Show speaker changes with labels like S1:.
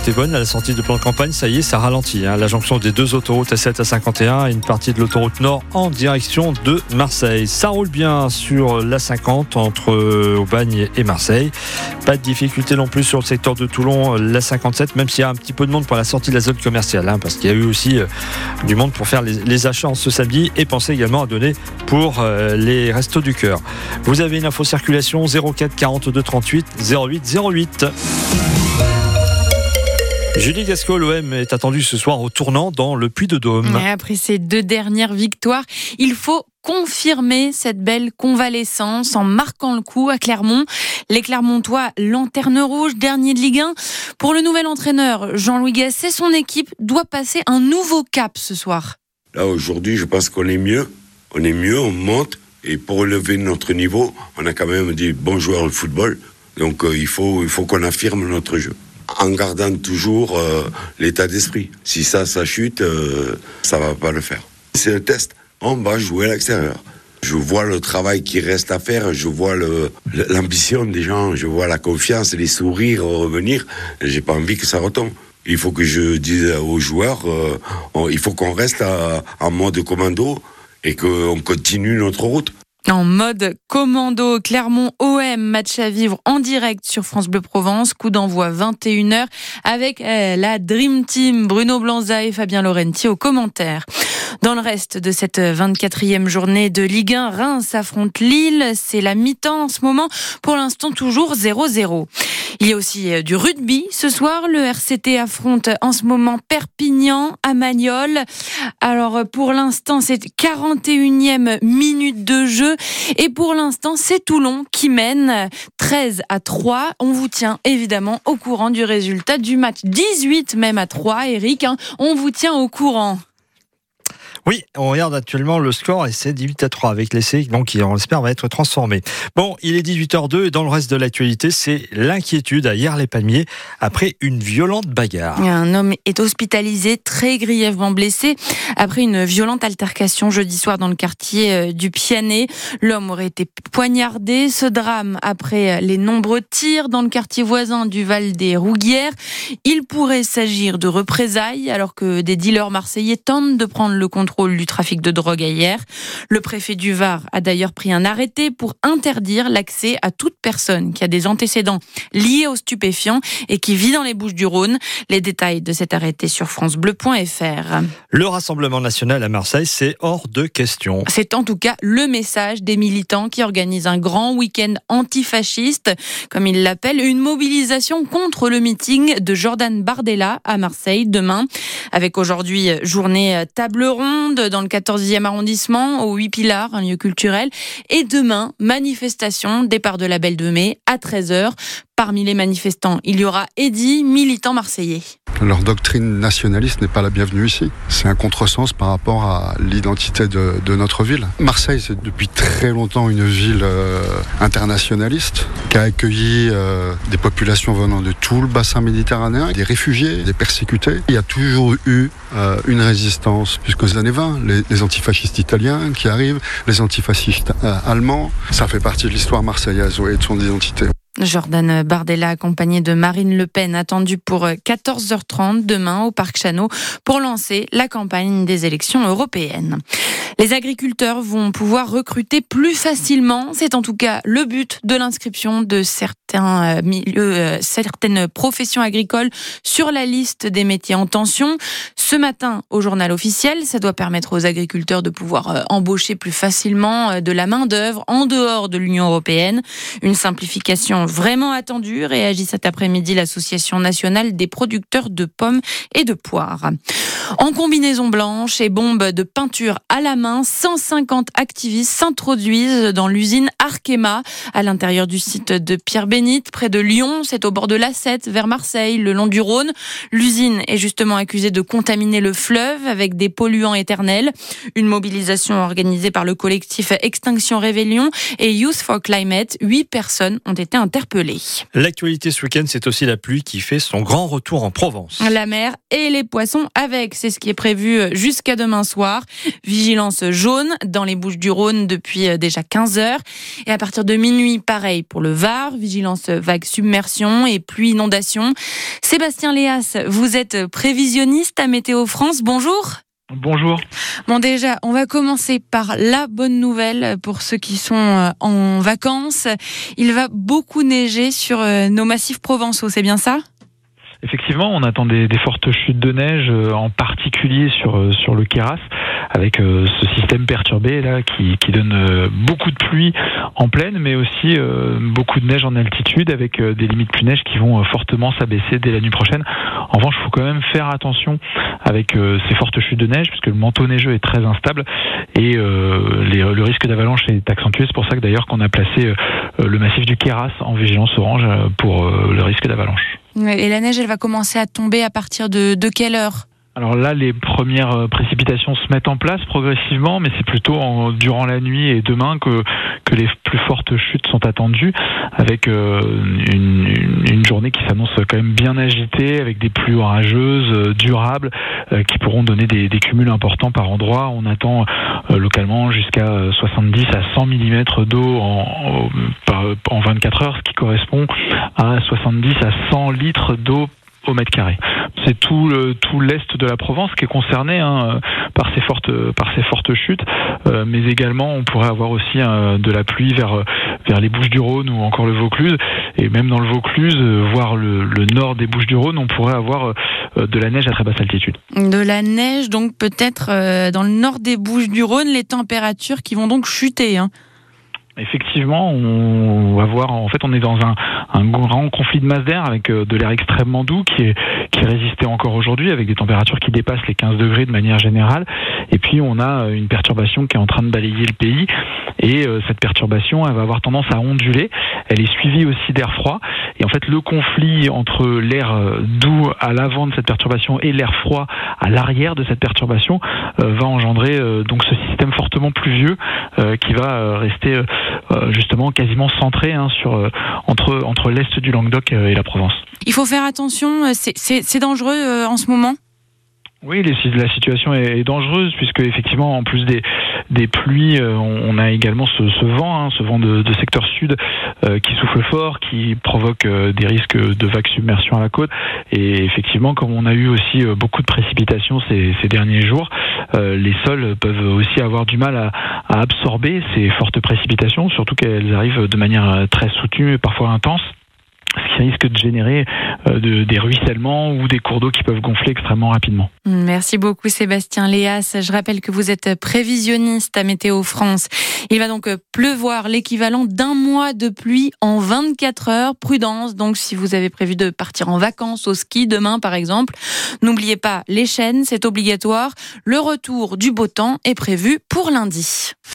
S1: était bonne à la sortie de plan de campagne. Ça y est, ça ralentit. La jonction des deux autoroutes A7 à 51 et une partie de l'autoroute Nord en direction de Marseille. Ça roule bien sur l'A50 entre Aubagne et Marseille. Pas de difficulté non plus sur le secteur de Toulon, l'A57, même s'il y a un petit peu de monde pour la sortie de la zone commerciale, parce qu'il y a eu aussi du monde pour faire les achats ce samedi, et pensez également à donner pour les Restos du Cœur. Vous avez une info circulation 04 42 38 08 08. Julie Gasco, l'OM est attendue ce soir au tournant dans le Puy-de-Dôme.
S2: Après ces 2 dernières victoires, il faut confirmer cette belle convalescence en marquant le coup à Clermont. Les Clermontois, lanterne rouge, dernier de Ligue 1. Pour le nouvel entraîneur Jean-Louis Gasset, son équipe doit passer un nouveau cap ce soir.
S3: Là, aujourd'hui, je pense qu'on est mieux. On monte. Et pour relever notre niveau, on a quand même des bons joueurs de football. Donc, il faut qu'on affirme notre jeu, en gardant toujours l'état d'esprit. Si ça chute, ça va pas le faire. C'est un test. On va jouer à l'extérieur. Je vois le travail qui reste à faire, je vois l'ambition des gens, je vois la confiance, les sourires revenir. J'ai pas envie que ça retombe. Il faut que je dise aux joueurs, il faut qu'on reste en mode commando et qu'on continue notre route.
S2: En mode commando, Clermont OM, match à vivre en direct sur France Bleu Provence, coup d'envoi 21h avec la Dream Team, Bruno Blanza et Fabien Laurenti aux commentaires. Dans le reste de cette 24e journée de Ligue 1, Reims affronte Lille, c'est la mi-temps en ce moment, pour l'instant toujours 0-0. Il y a aussi du rugby ce soir, le RCT affronte en ce moment Perpignan à Magnoles. Alors pour l'instant c'est 41e minute de jeu et pour l'instant c'est Toulon qui mène 13-3. On vous tient évidemment au courant du résultat du match, 18 même à 3, Eric, on vous tient au courant.
S1: Oui, on regarde actuellement le score et c'est 18-3 avec l'essai, donc qui, on l'espère, va être transformé. Bon, il est 18h02 et dans le reste de l'actualité, c'est l'inquiétude à Hyères-les-Palmiers après une violente bagarre.
S2: Un homme est hospitalisé, très grièvement blessé, après une violente altercation jeudi soir dans le quartier du Pianet. L'homme aurait été poignardé. Ce drame après les nombreux tirs dans le quartier voisin du Val des Rouguières. Il pourrait s'agir de représailles alors que des dealers marseillais tentent de prendre le contrôle du trafic de drogue à Hyères. Le préfet du Var a d'ailleurs pris un arrêté pour interdire l'accès à toute personne qui a des antécédents liés aux stupéfiants et qui vit dans les Bouches-du-Rhône. Les détails de cet arrêté sur francebleu.fr.
S1: Le Rassemblement national à Marseille, c'est hors de question.
S2: C'est en tout cas le message des militants qui organisent un grand week-end antifasciste, comme ils l'appellent, une mobilisation contre le meeting de Jordan Bardella à Marseille demain, avec aujourd'hui journée table ronde dans le 14e arrondissement, au 8 Pilars, un lieu culturel. Et demain, manifestation, départ de la Belle de Mai à 13h. Parmi les manifestants, il y aura Eddy, militant marseillais.
S4: Leur doctrine nationaliste n'est pas la bienvenue ici. C'est un contresens par rapport à l'identité de notre ville. Marseille, c'est depuis très longtemps une ville internationaliste qui a accueilli des populations venant de tout le bassin méditerranéen, des réfugiés, des persécutés. Il y a toujours eu une résistance jusqu'aux années 20. Les antifascistes italiens qui arrivent, les antifascistes allemands. Ça fait partie de l'histoire marseillaise et de son identité.
S2: Jordan Bardella accompagné de Marine Le Pen attendu pour 14h30 demain au Parc Chano pour lancer la campagne des élections européennes. Les agriculteurs vont pouvoir recruter plus facilement. C'est en tout cas le but de l'inscription de certains certaines professions agricoles sur la liste des métiers en tension. Ce matin, au journal officiel, ça doit permettre aux agriculteurs de pouvoir embaucher plus facilement de la main-d'œuvre en dehors de l'Union européenne. Une simplification vraiment attendue, réagit cet après-midi l'Association nationale des producteurs de pommes et de poires. En combinaison blanche et bombe de peinture à la main, 150 activistes s'introduisent dans l'usine Arkema à l'intérieur du site de Pierre-Bénite, près de Lyon. C'est au bord de l'A7, vers Marseille, le long du Rhône. L'usine est justement accusée de contaminer le fleuve avec des polluants éternels. Une mobilisation organisée par le collectif Extinction Rebellion et Youth for Climate. 8 personnes ont été interpellées.
S1: L'actualité ce week-end, c'est aussi la pluie qui fait son grand retour en Provence.
S2: La mer et les poissons avec, c'est ce qui est prévu jusqu'à demain soir. Vigilance jaune dans les Bouches-du-Rhône depuis déjà 15 heures. Et à partir de minuit, pareil pour le Var. Vigilance vigilance vague submersion et pluie inondation. Sébastien Léas, vous êtes prévisionniste à Météo France. Bonjour.
S5: Bonjour.
S2: Bon, déjà, on va commencer par la bonne nouvelle pour ceux qui sont en vacances. Il va beaucoup neiger sur nos massifs provençaux, c'est bien ça ?
S5: Effectivement, on attend des fortes chutes de neige, en particulier sur le Queyras, avec ce système perturbé là qui donne beaucoup de pluie en plaine, mais aussi beaucoup de neige en altitude, avec des limites plus neige qui vont fortement s'abaisser dès la nuit prochaine. En revanche, il faut quand même faire attention avec ces fortes chutes de neige, puisque le manteau neigeux est très instable et le risque d'avalanche est accentué. C'est pour ça que d'ailleurs qu'on a placé le massif du Queyras en vigilance orange pour le risque d'avalanche.
S2: Et la neige, elle va commencer à tomber à partir de quelle heure ?
S5: Alors là, les premières précipitations se mettent en place progressivement, mais c'est plutôt durant la nuit et demain que les plus fortes chutes sont attendues, avec une journée qui s'annonce quand même bien agitée, avec des pluies orageuses, durables, qui pourront donner des cumuls importants par endroit. On attend localement jusqu'à 70 à 100 mm d'eau en 24 heures, ce qui correspond à 70 à 100 litres d'eau au mètre carré. C'est tout l'est de la Provence qui est concerné par ces fortes chutes, mais également on pourrait avoir aussi de la pluie vers les Bouches-du-Rhône ou encore le Vaucluse, et même dans le Vaucluse, voire le nord des Bouches-du-Rhône, on pourrait avoir de la neige à très basse altitude.
S2: De la neige, donc peut-être dans le nord des Bouches-du-Rhône, les températures qui vont donc chuter.
S5: Effectivement, on va voir. En fait, on est dans un grand conflit de masse d'air avec de l'air extrêmement doux qui résistait encore aujourd'hui, avec des températures qui dépassent les 15 degrés de manière générale. Et puis, on a une perturbation qui est en train de balayer le pays. Et cette perturbation, elle va avoir tendance à onduler. Elle est suivie aussi d'air froid. Et en fait, le conflit entre l'air doux à l'avant de cette perturbation et l'air froid à l'arrière de cette perturbation va engendrer donc ce système fortement pluvieux qui va rester justement quasiment centré entre l'est du Languedoc et la Provence.
S2: Il faut faire attention, c'est dangereux en ce moment ?
S5: Oui, la situation est dangereuse, puisque effectivement, en plus des pluies, on a également ce vent de secteur sud qui souffle fort, qui provoque des risques de vagues submersion à la côte. Et effectivement, comme on a eu aussi beaucoup de précipitations ces derniers jours, les sols peuvent aussi avoir du mal à absorber ces fortes précipitations, surtout qu'elles arrivent de manière très soutenue et parfois intense, ce qui risque de générer des ruissellements ou des cours d'eau qui peuvent gonfler extrêmement rapidement.
S2: Merci beaucoup Sébastien Léas. Je rappelle que vous êtes prévisionniste à Météo France. Il va donc pleuvoir l'équivalent d'un mois de pluie en 24 heures. Prudence, donc si vous avez prévu de partir en vacances au ski demain par exemple, n'oubliez pas les chaînes, c'est obligatoire. Le retour du beau temps est prévu pour lundi.